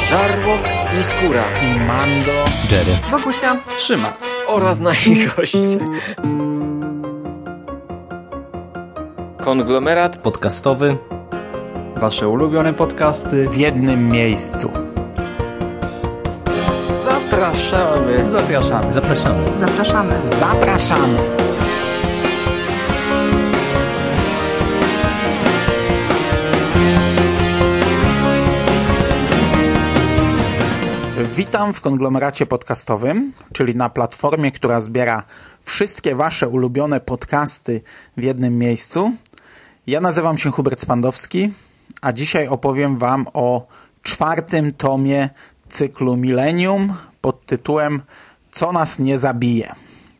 Żarłok i Skóra i Mando, Jerry, Wokusia, Szymas oraz nasi goście. Konglomerat podcastowy. Wasze ulubione podcasty w jednym miejscu. Zapraszamy. Zapraszamy. Zapraszamy. zapraszamy. Zapraszamy. Witam w konglomeracie podcastowym, czyli na platformie, która zbiera wszystkie wasze ulubione podcasty w jednym miejscu. Ja nazywam się Hubert Spandowski, a dzisiaj opowiem wam o 4. tomie cyklu Millennium pod tytułem Co nas nie zabije.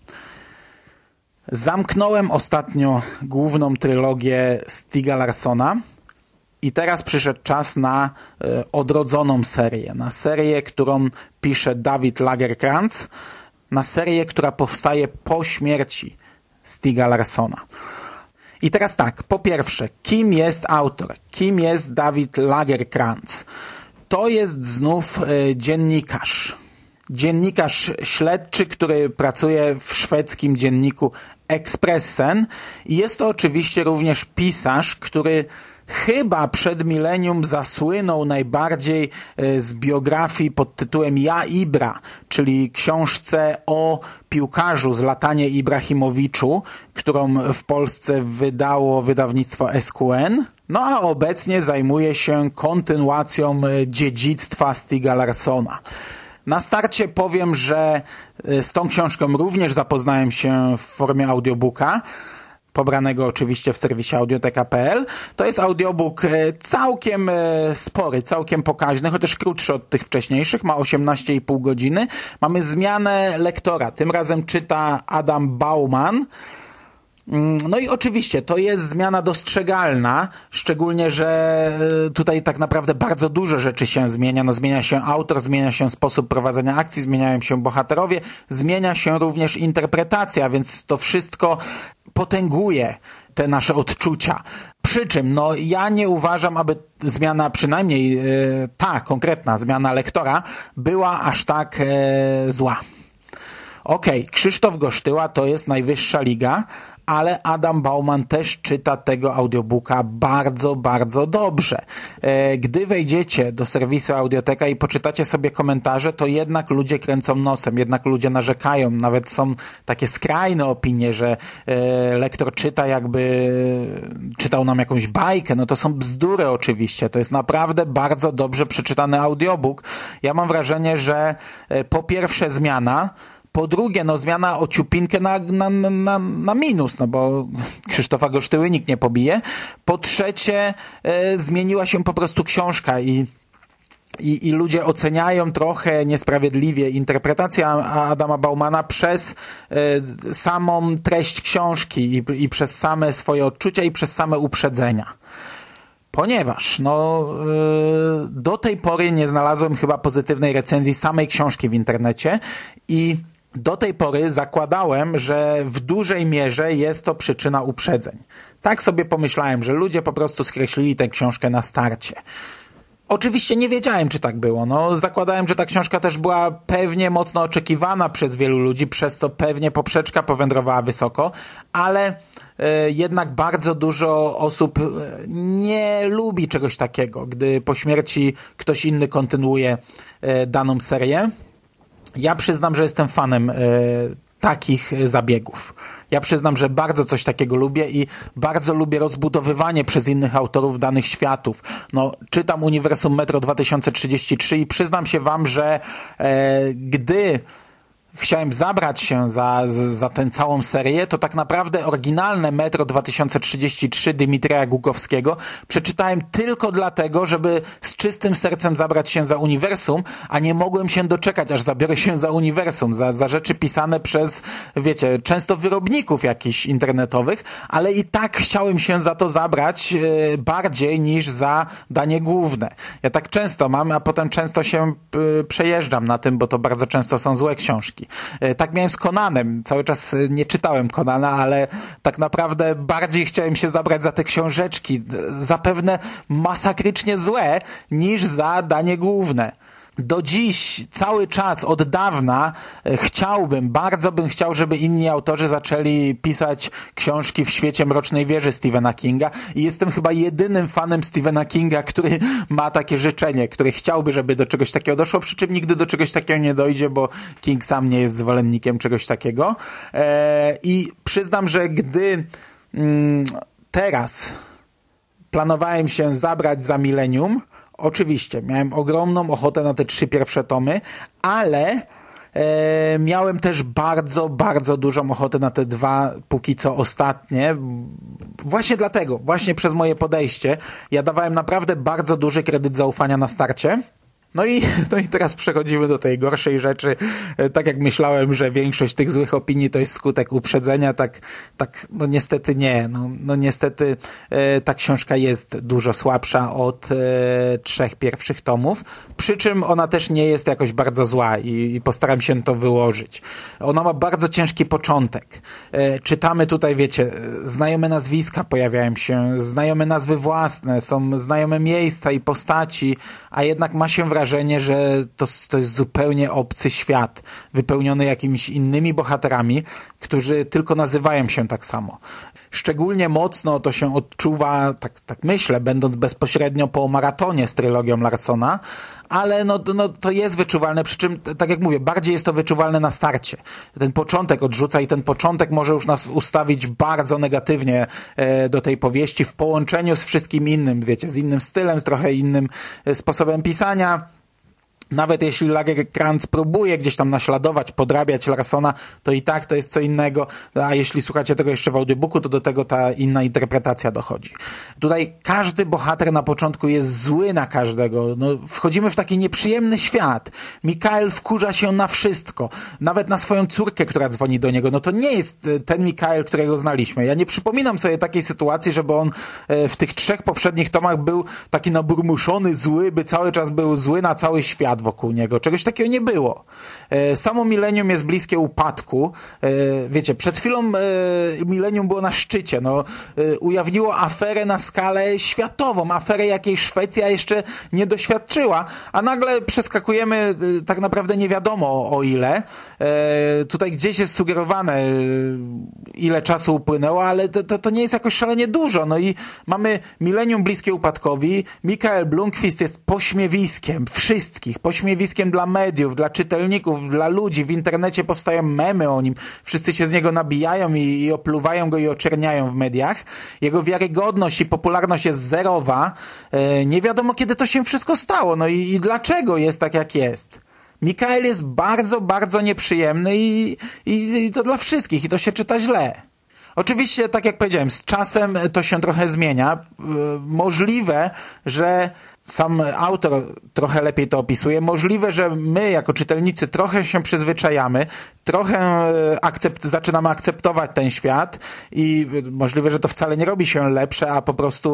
Zamknąłem ostatnio główną trylogię Stiga Larssona i teraz przyszedł czas na odrodzoną serię. Na serię, którą pisze David Lagercrantz. Na serię, która powstaje po śmierci Stiga Larssona. I teraz tak, po pierwsze, kim jest autor? Kim jest David Lagercrantz? To jest znów dziennikarz. Dziennikarz śledczy, który pracuje w szwedzkim dzienniku Expressen. I jest to oczywiście również pisarz, który chyba przed milenium zasłynął najbardziej z biografii pod tytułem Ja Ibra, czyli książce o piłkarzu Zlatanie Ibrahimowiczu, którą w Polsce wydało wydawnictwo SQN. No a obecnie zajmuje się kontynuacją dziedzictwa Stiga Larssona. Na starcie powiem, że z tą książką również zapoznałem się w formie audiobooka, pobranego oczywiście w serwisie audioteka.pl. To jest audiobook całkiem spory, całkiem pokaźny, chociaż krótszy od tych wcześniejszych, ma 18,5 godziny. Mamy zmianę lektora, tym razem czyta Adam Bauman. No i oczywiście to jest zmiana dostrzegalna, szczególnie, że tutaj tak naprawdę bardzo dużo rzeczy się zmienia. No, zmienia się autor, zmienia się sposób prowadzenia akcji, zmieniają się bohaterowie, zmienia się również interpretacja, więc to wszystko potęguje te nasze odczucia. Przy czym no, ja nie uważam, aby zmiana, przynajmniej ta konkretna zmiana lektora była aż tak zła. Okej, Krzysztof Gosztyła to jest najwyższa liga, ale Adam Bauman też czyta tego audiobooka bardzo, bardzo dobrze. Gdy wejdziecie do serwisu Audioteka i poczytacie sobie komentarze, to jednak ludzie kręcą nosem, jednak ludzie narzekają. Nawet są takie skrajne opinie, że lektor czyta jakby czytał nam jakąś bajkę. No to są bzdury oczywiście. To jest naprawdę bardzo dobrze przeczytany audiobook. Ja mam wrażenie, że po pierwsze zmiana, po drugie, no zmiana o ciupinkę na minus, no bo Krzysztofa Gosztyły nikt nie pobije. Po trzecie, zmieniła się po prostu książka i ludzie oceniają trochę niesprawiedliwie interpretację Adama Baumana przez samą treść książki i przez same swoje odczucia i przez same uprzedzenia. Ponieważ do tej pory nie znalazłem chyba pozytywnej recenzji samej książki w internecie i do tej pory zakładałem, że w dużej mierze jest to przyczyna uprzedzeń. Tak sobie pomyślałem, że ludzie po prostu skreślili tę książkę na starcie. Oczywiście nie wiedziałem, czy tak było. No, zakładałem, że ta książka też była pewnie mocno oczekiwana przez wielu ludzi, przez to pewnie poprzeczka powędrowała wysoko, ale jednak bardzo dużo osób nie lubi czegoś takiego, gdy po śmierci ktoś inny kontynuuje daną serię. Ja przyznam, że jestem fanem takich zabiegów. Ja przyznam, że bardzo coś takiego lubię i bardzo lubię rozbudowywanie przez innych autorów danych światów. No, czytam Uniwersum Metro 2033 i przyznam się wam, że gdy chciałem zabrać się za tę całą serię, to tak naprawdę oryginalne Metro 2033 Dmitrija Głukowskiego przeczytałem tylko dlatego, żeby z czystym sercem zabrać się za Uniwersum, a nie mogłem się doczekać, aż zabiorę się za Uniwersum, za rzeczy pisane przez, wiecie, często wyrobników jakichś internetowych, ale i tak chciałem się za to zabrać bardziej niż za danie główne. Ja tak często mam, a potem często się przejeżdżam na tym, bo to bardzo często są złe książki. Tak miałem z Conanem. Cały czas nie czytałem Conana, ale tak naprawdę bardziej chciałem się zabrać za te książeczki, zapewne masakrycznie złe, niż za danie główne. do dziś, cały czas, od dawna bardzo bym chciał, żeby inni autorzy zaczęli pisać książki w świecie Mrocznej Wieży Stephena Kinga i jestem chyba jedynym fanem Stephena Kinga, który ma takie życzenie, który chciałby, żeby do czegoś takiego doszło, przy czym nigdy do czegoś takiego nie dojdzie, bo King sam nie jest zwolennikiem czegoś takiego. I przyznam, że gdy teraz planowałem się zabrać za Millennium, oczywiście, miałem ogromną ochotę na te 3 pierwsze tomy, ale miałem też bardzo, bardzo dużą ochotę na te 2 póki co ostatnie. Właśnie dlatego, właśnie przez moje podejście, ja dawałem naprawdę bardzo duży kredyt zaufania na starcie. No i teraz przechodzimy do tej gorszej rzeczy. Tak jak myślałem, że większość tych złych opinii to jest skutek uprzedzenia, tak no niestety nie. No niestety ta książka jest dużo słabsza od 3 pierwszych tomów, przy czym ona też nie jest jakoś bardzo zła i postaram się to wyłożyć. Ona ma bardzo ciężki początek. Czytamy tutaj, wiecie, znajome nazwiska pojawiają się, znajome nazwy własne, są znajome miejsca i postaci, a jednak ma się wrażenie, że to jest zupełnie obcy świat, wypełniony jakimiś innymi bohaterami, którzy tylko nazywają się tak samo. Szczególnie mocno to się odczuwa, tak myślę, będąc bezpośrednio po maratonie z trylogią Larsona, ale no to jest wyczuwalne, przy czym, tak jak mówię, bardziej jest to wyczuwalne na starcie. Ten początek odrzuca i ten początek może już nas ustawić bardzo negatywnie do tej powieści w połączeniu z wszystkim innym, wiecie, z innym stylem, z trochę innym sposobem pisania. Nawet jeśli Lagercrantz próbuje gdzieś tam naśladować, podrabiać Larsona, to i tak to jest co innego, a jeśli słuchacie tego jeszcze w audiobooku, to do tego ta inna interpretacja dochodzi. Tutaj każdy bohater na początku jest zły na każdego. No, wchodzimy w taki nieprzyjemny świat. Mikael wkurza się na wszystko. Nawet na swoją córkę, która dzwoni do niego. No to nie jest ten Mikael, którego znaliśmy. Ja nie przypominam sobie takiej sytuacji, żeby on w tych 3 poprzednich tomach był taki naburmuszony, zły, by cały czas był zły na cały świat wokół niego. Czegoś takiego nie było. Samo Millennium jest bliskie upadku. Wiecie, przed chwilą Millennium było na szczycie. No, ujawniło aferę na skalę światową. Aferę, jakiej Szwecja jeszcze nie doświadczyła. A nagle przeskakujemy tak naprawdę nie wiadomo o ile. Tutaj gdzieś jest sugerowane, ile czasu upłynęło, ale to nie jest jakoś szalenie dużo. No i mamy Millennium bliskie upadkowi. Mikael Blomkvist jest pośmiewiskiem wszystkich. Pośmiewiskiem dla mediów, dla czytelników, dla ludzi. W internecie powstają memy o nim. Wszyscy się z niego nabijają i opluwają go i oczerniają w mediach. Jego wiarygodność i popularność jest zerowa. Nie wiadomo, kiedy to się wszystko stało. No i dlaczego jest tak, jak jest. Mikael jest bardzo, bardzo nieprzyjemny i to dla wszystkich. I to się czyta źle. Oczywiście, tak jak powiedziałem, z czasem to się trochę zmienia. Możliwe, że sam autor trochę lepiej to opisuje. Możliwe, że my jako czytelnicy trochę się przyzwyczajamy, trochę zaczynamy akceptować ten świat i możliwe, że to wcale nie robi się lepsze, a po prostu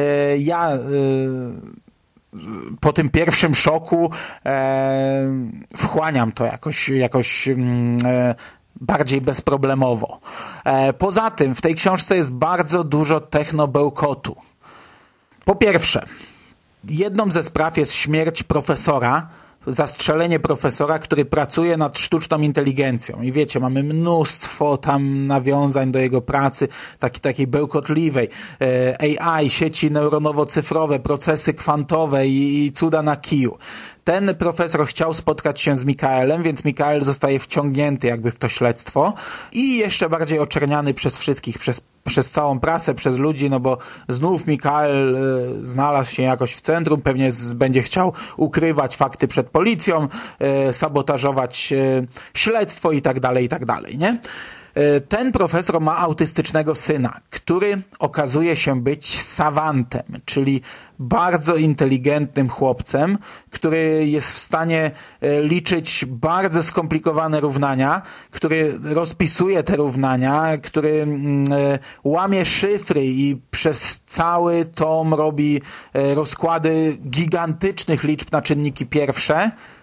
po tym pierwszym szoku wchłaniam to jakoś bardziej bezproblemowo. Poza tym w tej książce jest bardzo dużo technobełkotu. Po pierwsze, jedną ze spraw jest śmierć profesora, zastrzelenie profesora, który pracuje nad sztuczną inteligencją. I wiecie, mamy mnóstwo tam nawiązań do jego pracy, takiej bełkotliwej. AI, sieci neuronowo-cyfrowe, procesy kwantowe i cuda na kiju. Ten profesor chciał spotkać się z Mikaelem, więc Mikael zostaje wciągnięty jakby w to śledztwo i jeszcze bardziej oczerniany przez wszystkich, przez całą prasę, przez ludzi, no bo znów Mikael znalazł się jakoś w centrum, pewnie będzie chciał ukrywać fakty przed policją, sabotażować śledztwo i tak dalej, nie? Ten profesor ma autystycznego syna, który okazuje się być savantem, czyli bardzo inteligentnym chłopcem, który jest w stanie liczyć bardzo skomplikowane równania, który rozpisuje te równania, który łamie szyfry i przez cały tom robi rozkłady gigantycznych liczb na czynniki pierwsze.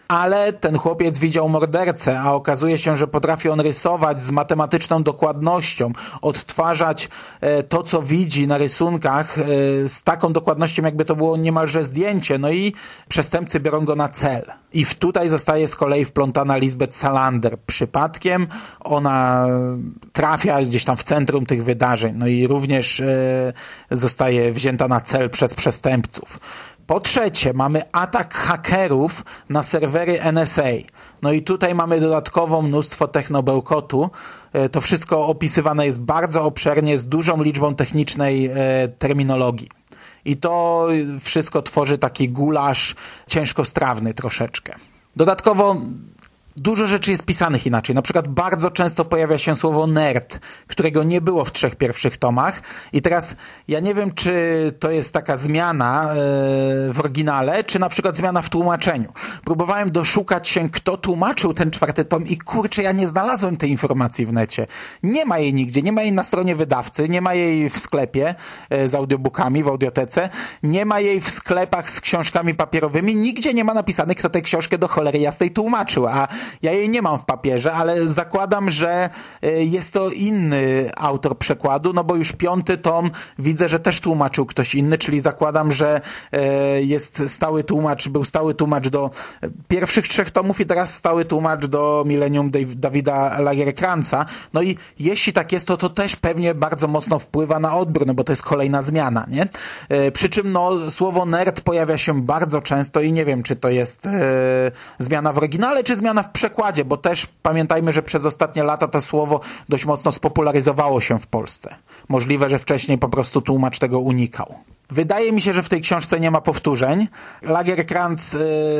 ale ten chłopiec widział mordercę, a okazuje się, że potrafi on rysować z matematyczną dokładnością, odtwarzać to, co widzi na rysunkach z taką dokładnością, jakby to było niemalże zdjęcie. No i przestępcy biorą go na cel. I tutaj zostaje z kolei wplątana Lisbeth Salander. Przypadkiem ona trafia gdzieś tam w centrum tych wydarzeń. No i również zostaje wzięta na cel przez przestępców. Po trzecie, mamy atak hakerów na serwery NSA. No i tutaj mamy dodatkowo mnóstwo technobełkotu. To wszystko opisywane jest bardzo obszernie, z dużą liczbą technicznej terminologii. I to wszystko tworzy taki gulasz ciężkostrawny troszeczkę. Dodatkowo dużo rzeczy jest pisanych inaczej. Na przykład bardzo często pojawia się słowo nerd, którego nie było w 3 pierwszych tomach. I teraz ja nie wiem, czy to jest taka zmiana w oryginale, czy na przykład zmiana w tłumaczeniu. Próbowałem doszukać się, kto tłumaczył ten 4 tom i kurczę, ja nie znalazłem tej informacji w necie. Nie ma jej nigdzie, nie ma jej na stronie wydawcy, nie ma jej w sklepie z audiobookami, w audiotece, nie ma jej w sklepach z książkami papierowymi, nigdzie nie ma napisane, kto tę książkę do cholery jasnej tłumaczył, a ja jej nie mam w papierze, ale zakładam, że jest to inny autor przekładu, no bo już 5 tom widzę, że też tłumaczył ktoś inny, czyli zakładam, że jest stały tłumacz, był stały tłumacz do pierwszych 3 tomów i teraz stały tłumacz do Millennium Davida Lagerkrantza. No i jeśli tak jest, to też pewnie bardzo mocno wpływa na odbiór, no bo to jest kolejna zmiana, nie? Przy czym no, słowo nerd pojawia się bardzo często i nie wiem, czy to jest zmiana w oryginale, czy zmiana w przekładzie, bo też pamiętajmy, że przez ostatnie lata to słowo dość mocno spopularyzowało się w Polsce. Możliwe, że wcześniej po prostu tłumacz tego unikał. Wydaje mi się, że w tej książce nie ma powtórzeń. Lagerkrantz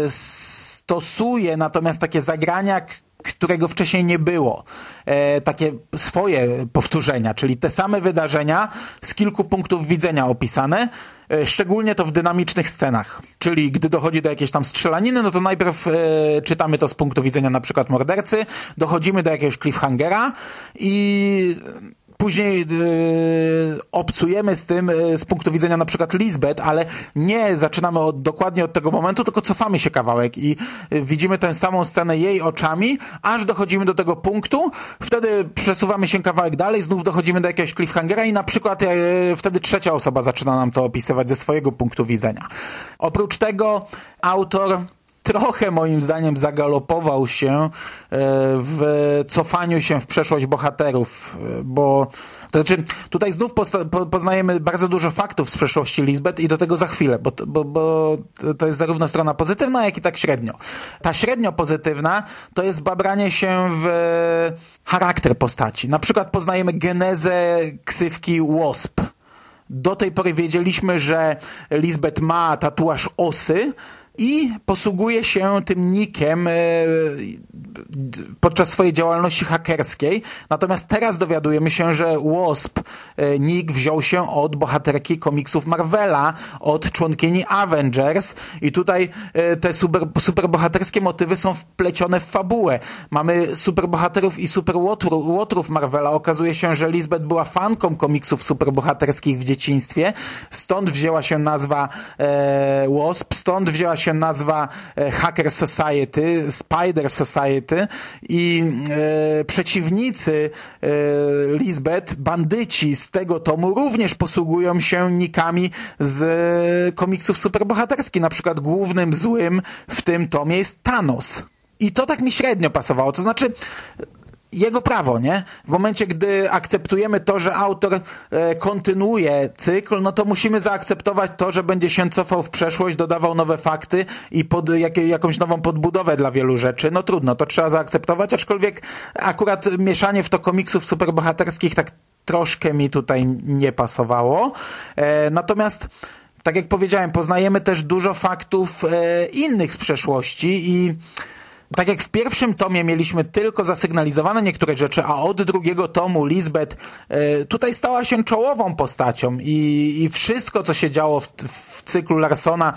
stosuje natomiast takie zagrania, którego wcześniej nie było. Takie swoje powtórzenia, czyli te same wydarzenia z kilku punktów widzenia opisane, szczególnie to w dynamicznych scenach. Czyli gdy dochodzi do jakiejś tam strzelaniny, no to najpierw czytamy to z punktu widzenia na przykład mordercy, dochodzimy do jakiegoś cliffhangera i później obcujemy z tym z punktu widzenia na przykład Lisbeth, ale nie zaczynamy dokładnie od tego momentu, tylko cofamy się kawałek i widzimy tę samą scenę jej oczami, aż dochodzimy do tego punktu, wtedy przesuwamy się kawałek dalej, znów dochodzimy do jakiegoś cliffhangera i na przykład wtedy trzecia osoba zaczyna nam to opisywać ze swojego punktu widzenia. Oprócz tego autor trochę moim zdaniem zagalopował się w cofaniu się w przeszłość bohaterów, bo to znaczy tutaj znów poznajemy bardzo dużo faktów z przeszłości Lisbeth i do tego za chwilę, bo to jest zarówno strona pozytywna, jak i tak średnio. Ta średnio pozytywna to jest babranie się w charakter postaci. Na przykład poznajemy genezę ksywki Wasp. Do tej pory wiedzieliśmy, że Lisbeth ma tatuaż osy, i posługuje się tym nickiem podczas swojej działalności hakerskiej. Natomiast teraz dowiadujemy się, że Wasp nick wziął się od bohaterki komiksów Marvela, od członkini Avengers i tutaj te superbohaterskie motywy są wplecione w fabułę. Mamy superbohaterów i superłotrów Marvela. Okazuje się, że Lisbeth była fanką komiksów superbohaterskich w dzieciństwie. Stąd wzięła się nazwa Wasp, stąd wzięła się nazwa Hacker Society, Spider Society i przeciwnicy Lisbeth, bandyci z tego tomu również posługują się nickami z komiksów superbohaterskich. Na przykład głównym złym w tym tomie jest Thanos. I to tak mi średnio pasowało. To znaczy jego prawo, nie? W momencie, gdy akceptujemy to, że autor kontynuuje cykl, no to musimy zaakceptować to, że będzie się cofał w przeszłość, dodawał nowe fakty i jakąś nową podbudowę dla wielu rzeczy. No trudno, to trzeba zaakceptować, aczkolwiek akurat mieszanie w to komiksów superbohaterskich tak troszkę mi tutaj nie pasowało. Natomiast tak jak powiedziałem, poznajemy też dużo faktów innych z przeszłości i Tak jak w pierwszym tomie mieliśmy tylko zasygnalizowane niektóre rzeczy, a od drugiego tomu Lisbeth tutaj stała się czołową postacią i wszystko, co się działo w cyklu Larsona,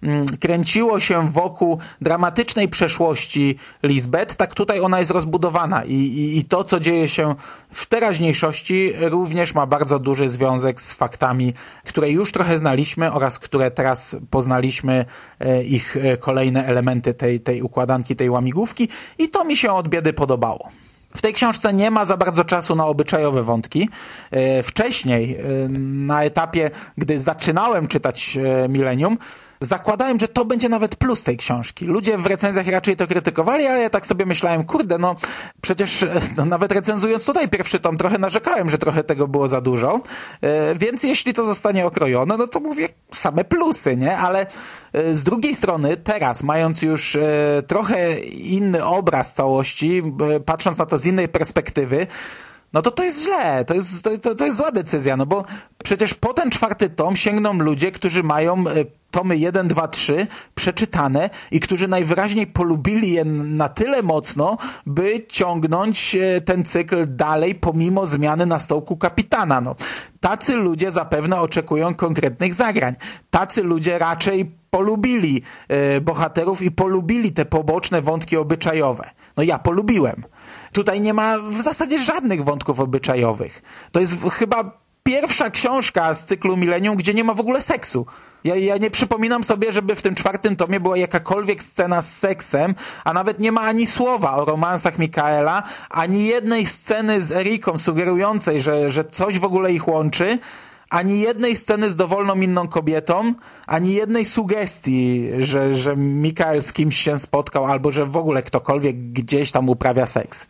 kręciło się wokół dramatycznej przeszłości Lisbeth, tak tutaj ona jest rozbudowana i to, co dzieje się w teraźniejszości, również ma bardzo duży związek z faktami, które już trochę znaliśmy oraz które teraz poznaliśmy, ich kolejne elementy tej układanki, tej łamigłówki, i to mi się od biedy podobało. W tej książce nie ma za bardzo czasu na obyczajowe wątki. Wcześniej, na etapie, gdy zaczynałem czytać Millennium, zakładałem, że to będzie nawet plus tej książki. Ludzie w recenzjach raczej to krytykowali, ale ja tak sobie myślałem, kurde, przecież nawet recenzując tutaj pierwszy tom trochę narzekałem, że trochę tego było za dużo, więc jeśli to zostanie okrojone, no to mówię same plusy, nie? Ale z drugiej strony teraz, mając już trochę inny obraz całości, patrząc na to z innej perspektywy, no to jest źle, to jest zła decyzja, no bo przecież po ten 4. tom sięgną ludzie, którzy mają tomy 1, 2, 3 przeczytane i którzy najwyraźniej polubili je na tyle mocno, by ciągnąć ten cykl dalej pomimo zmiany na stołku kapitana. No, tacy ludzie zapewne oczekują konkretnych zagrań. Tacy ludzie raczej polubili bohaterów i polubili te poboczne wątki obyczajowe. No ja polubiłem. Tutaj nie ma w zasadzie żadnych wątków obyczajowych. To jest chyba pierwsza książka z cyklu Millennium, gdzie nie ma w ogóle seksu. Ja nie przypominam sobie, żeby w tym 4. tomie była jakakolwiek scena z seksem, a nawet nie ma ani słowa o romansach Mikaela, ani jednej sceny z Eriką sugerującej, że coś w ogóle ich łączy, ani jednej sceny z dowolną inną kobietą, ani jednej sugestii, że Mikael z kimś się spotkał, albo że w ogóle ktokolwiek gdzieś tam uprawia seks.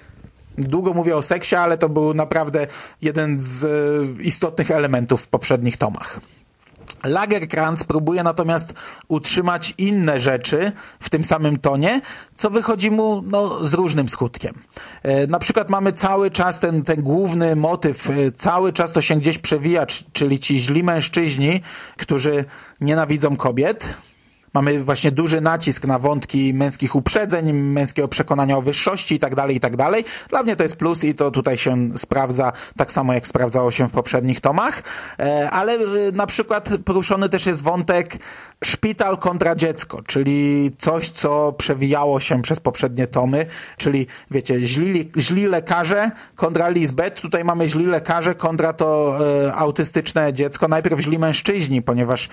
Długo mówię o seksie, ale to był naprawdę jeden z istotnych elementów w poprzednich tomach. Lagerkrantz próbuje natomiast utrzymać inne rzeczy w tym samym tonie, co wychodzi mu z różnym skutkiem. Na przykład mamy cały czas ten główny motyw, cały czas to się gdzieś przewija, czyli ci źli mężczyźni, którzy nienawidzą kobiet. Mamy właśnie duży nacisk na wątki męskich uprzedzeń, męskiego przekonania o wyższości i tak dalej. Dla mnie to jest plus i to tutaj się sprawdza tak samo, jak sprawdzało się w poprzednich tomach. Ale na przykład poruszony też jest wątek szpital kontra dziecko, czyli coś, co przewijało się przez poprzednie tomy, czyli wiecie, źli lekarze kontra Lisbeth. Tutaj mamy źli lekarze kontra to autystyczne dziecko. Najpierw źli mężczyźni, ponieważ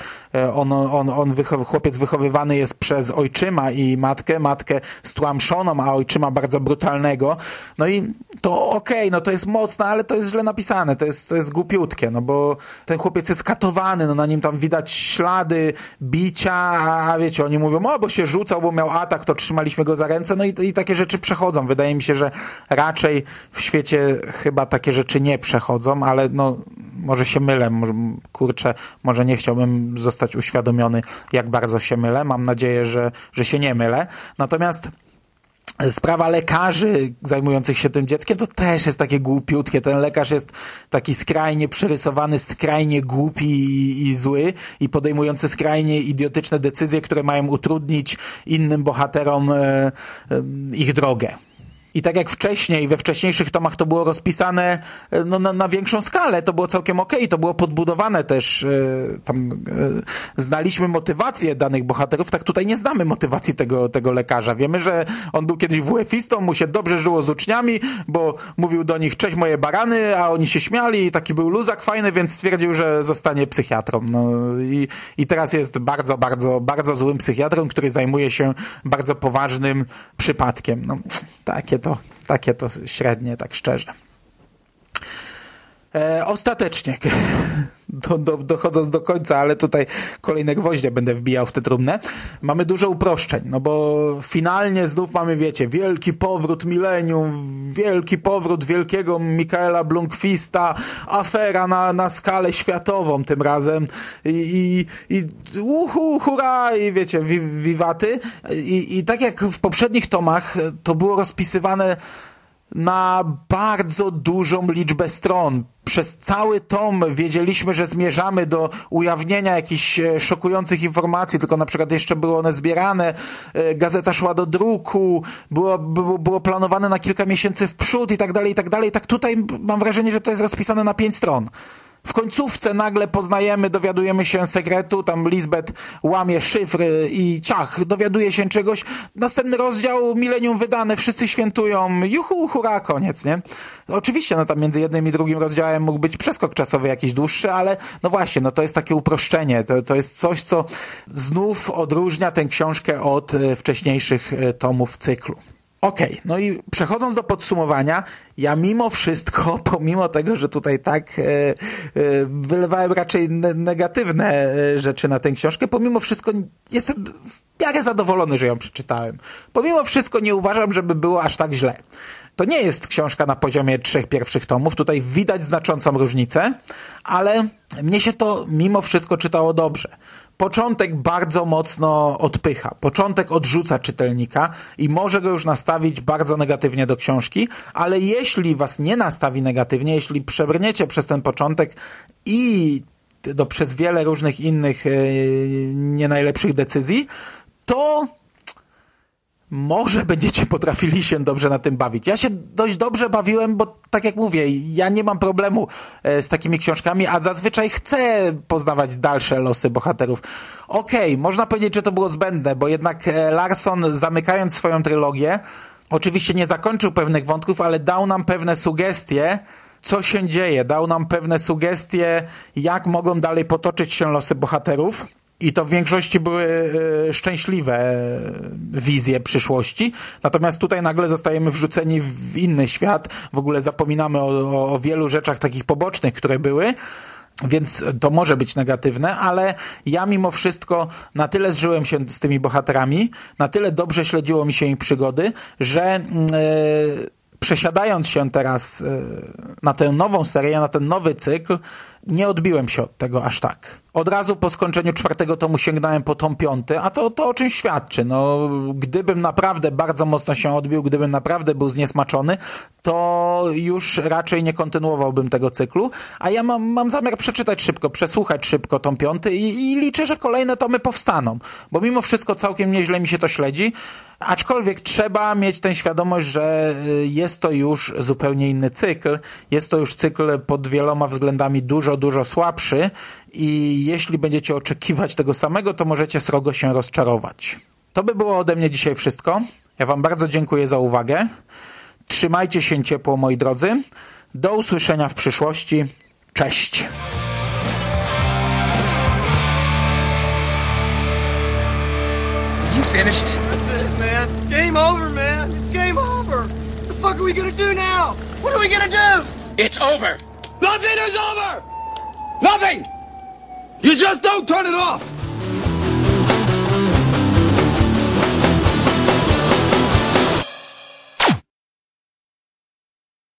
chłopiec wychowywany jest przez ojczyma i matkę stłamszoną, a ojczyma bardzo brutalnego. No i to okej, to jest mocne, ale to jest źle napisane, to jest głupiutkie, bo ten chłopiec jest katowany, na nim tam widać ślady bicia, a wiecie, oni mówią, bo się rzucał, bo miał atak, to trzymaliśmy go za ręce, i takie rzeczy przechodzą. Wydaje mi się, że raczej w świecie chyba takie rzeczy nie przechodzą, ale może się mylę, może nie chciałbym zostać uświadomiony, jak bardzo się mylę. Mam nadzieję, że się nie mylę. Natomiast sprawa lekarzy zajmujących się tym dzieckiem to też jest takie głupiutkie. Ten lekarz jest taki skrajnie przerysowany, skrajnie głupi i zły i podejmujący skrajnie idiotyczne decyzje, które mają utrudnić innym bohaterom ich drogę. I tak jak wcześniej, we wcześniejszych tomach to było rozpisane na większą skalę, to było całkiem okej, to było podbudowane też, znaliśmy motywację danych bohaterów, tak tutaj nie znamy motywacji tego lekarza. Wiemy, że on był kiedyś WF-istą, mu się dobrze żyło z uczniami, bo mówił do nich cześć moje barany, a oni się śmiali i taki był luzak fajny, więc stwierdził, że zostanie psychiatrą. I teraz jest bardzo, bardzo, bardzo złym psychiatrą, który zajmuje się bardzo poważnym przypadkiem. Takie to średnie, tak szczerze. Ostatecznie, dochodząc do końca, ale tutaj kolejne gwoździe będę wbijał w tę trumnę, mamy dużo uproszczeń, bo finalnie znów mamy, wiecie, wielki powrót Millennium, wielki powrót wielkiego Mikaela Blomqvista, afera na skalę światową tym razem i hurra, i wiecie, wiwaty. I tak jak w poprzednich tomach to było rozpisywane na bardzo dużą liczbę stron. Przez cały tom wiedzieliśmy, że zmierzamy do ujawnienia jakichś szokujących informacji, tylko na przykład jeszcze były one zbierane, gazeta szła do druku, było planowane na kilka miesięcy w przód i tak dalej, i tak dalej. Tak tutaj mam wrażenie, że to jest rozpisane na 5 stron. W końcówce nagle poznajemy, dowiadujemy się sekretu, tam Lisbeth łamie szyfr i ciach, dowiaduje się czegoś. Następny rozdział, milenium wydane, wszyscy świętują, juhu, hurra, koniec, nie? Oczywiście, no tam między jednym i drugim rozdziałem mógł być przeskok czasowy jakiś dłuższy, ale no właśnie, no to jest takie uproszczenie, to jest coś, co znów odróżnia tę książkę od wcześniejszych tomów cyklu. Okej, no i przechodząc do podsumowania, ja mimo wszystko, pomimo tego, że tutaj tak wylewałem raczej negatywne rzeczy na tę książkę, pomimo wszystko jestem w miarę zadowolony, że ją przeczytałem. Pomimo wszystko nie uważam, żeby było aż tak źle. To nie jest książka na poziomie 3 pierwszych tomów, tutaj widać znaczącą różnicę, ale mnie się to mimo wszystko czytało dobrze. Początek bardzo mocno odpycha, początek odrzuca czytelnika i może go już nastawić bardzo negatywnie do książki, ale jeśli was nie nastawi negatywnie, jeśli przebrniecie przez ten początek i przez wiele różnych innych nie najlepszych decyzji, to może będziecie potrafili się dobrze na tym bawić. Ja się dość dobrze bawiłem, bo tak jak mówię, ja nie mam problemu z takimi książkami, a zazwyczaj chcę poznawać dalsze losy bohaterów. Okej, można powiedzieć, że to było zbędne, bo jednak Larson, zamykając swoją trylogię, oczywiście nie zakończył pewnych wątków, ale dał nam pewne sugestie, co się dzieje. Dał nam pewne sugestie, jak mogą dalej potoczyć się losy bohaterów. I to w większości były szczęśliwe wizje przyszłości. Natomiast tutaj nagle zostajemy wrzuceni w inny świat. W ogóle zapominamy o wielu rzeczach takich pobocznych, które były. Więc to może być negatywne, ale ja mimo wszystko na tyle zżyłem się z tymi bohaterami, na tyle dobrze śledziło mi się ich przygody, że przesiadając się teraz na tę nową serię, na ten nowy cykl, nie odbiłem się od tego aż tak. Od razu po skończeniu 4 tomu sięgnąłem po tom 5, a to o czym świadczy. No, gdybym naprawdę bardzo mocno się odbił, gdybym naprawdę był zniesmaczony, to już raczej nie kontynuowałbym tego cyklu, a ja mam zamiar przeczytać szybko, przesłuchać szybko tom 5 i liczę, że kolejne tomy powstaną, bo mimo wszystko całkiem nieźle mi się to śledzi, aczkolwiek trzeba mieć tę świadomość, że jest to już zupełnie inny cykl, jest to już cykl pod wieloma względami dużo słabszy i jeśli będziecie oczekiwać tego samego, to możecie srogo się rozczarować. To by było ode mnie dzisiaj wszystko. Ja wam bardzo dziękuję za uwagę. Trzymajcie się ciepło, moi drodzy. Do usłyszenia w przyszłości. Cześć! You finished? That's it, man. Game over, man. It's game over. What the fuck are we gonna do now? What are we gonna do? It's over! Nothing is over! Nothing! You just don't turn it off!